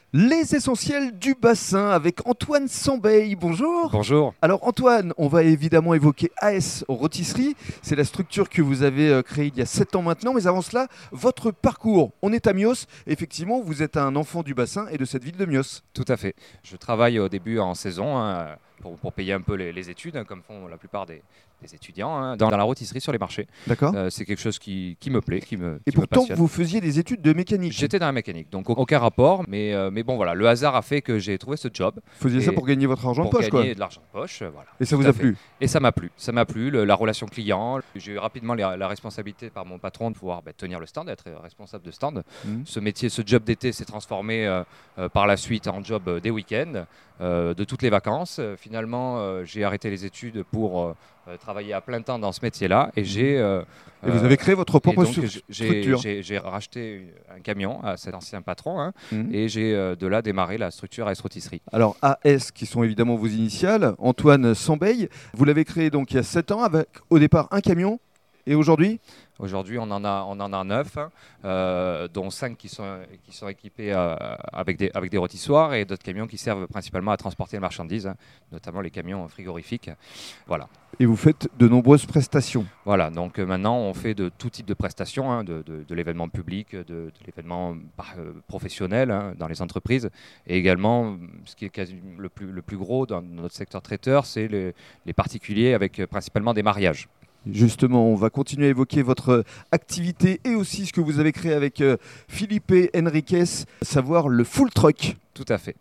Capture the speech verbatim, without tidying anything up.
Les essentiels du bassin avec Antoine Sambeil. Bonjour. Bonjour. Alors Antoine, on va évidemment évoquer A S Rôtisserie. C'est la structure que vous avez euh, créée il y a sept ans maintenant. Mais avant cela, votre parcours. On est à Mios. Effectivement, vous êtes un enfant du bassin et de cette ville de Mios. Tout à fait. Je travaille au début en saison hein, pour, pour payer un peu les, les études, hein, comme font la plupart des, des étudiants, hein, dans la rôtisserie sur les marchés. D'accord. Euh, c'est quelque chose qui, qui me plaît, qui me Et qui me pourtant, passionne. vous faisiez des études de mécanique. J'étais dans la mécanique, donc aucun rapport, mais, euh, mais bon voilà, le hasard a fait que j'ai trouvé ce job. Vous faisiez Et ça pour gagner votre argent de pour poche, quoi. gagner de l'argent de poche, euh, voilà. Et ça Tout vous à a fait. plu. Et ça m'a plu, ça m'a plu, le- la relation client. J'ai eu rapidement la, la responsabilité par mon patron de pouvoir bah, tenir le stand, être responsable de stand. Mhm. Ce métier, ce job d'été s'est transformé euh, euh, par la suite en job euh, des week-ends, euh, de toutes les vacances. Euh, finalement, euh, j'ai arrêté les études pour euh, euh, travailler à plein temps dans ce métier-là et j'ai... euh, Et vous euh, avez créé votre et propre donc, stru- j'ai- j'ai structure. j'ai- j'ai racheté un camion à cet ancien patron hein, Mhm. et j'ai euh, de là démarré la structure A S Rôtisserie. Alors A S, qui sont évidemment vos initiales, Antoine Sambeil, vous l'avez créé donc il y a sept ans avec au départ un camion. Et aujourd'hui, Aujourd'hui, on en a, on en a neuf, hein, euh, dont cinq qui sont, qui sont équipés euh, avec, des, avec des rôtissoirs et d'autres camions qui servent principalement à transporter les marchandises, hein, notamment les camions frigorifiques. Voilà. et vous faites de nombreuses prestations. Voilà, donc euh, maintenant on fait de tout type de prestations, hein, de, de- de l'événement public, de, de l'événement par- euh, professionnel hein, dans les entreprises, et également ce qui est quasi le plus, le plus gros dans notre secteur traiteur, c'est les, les particuliers avec euh, principalement des mariages. Justement, on va continuer à évoquer votre activité et aussi ce que vous avez créé avec euh, Felipe Henriquez, à savoir le full truck. Tout à fait.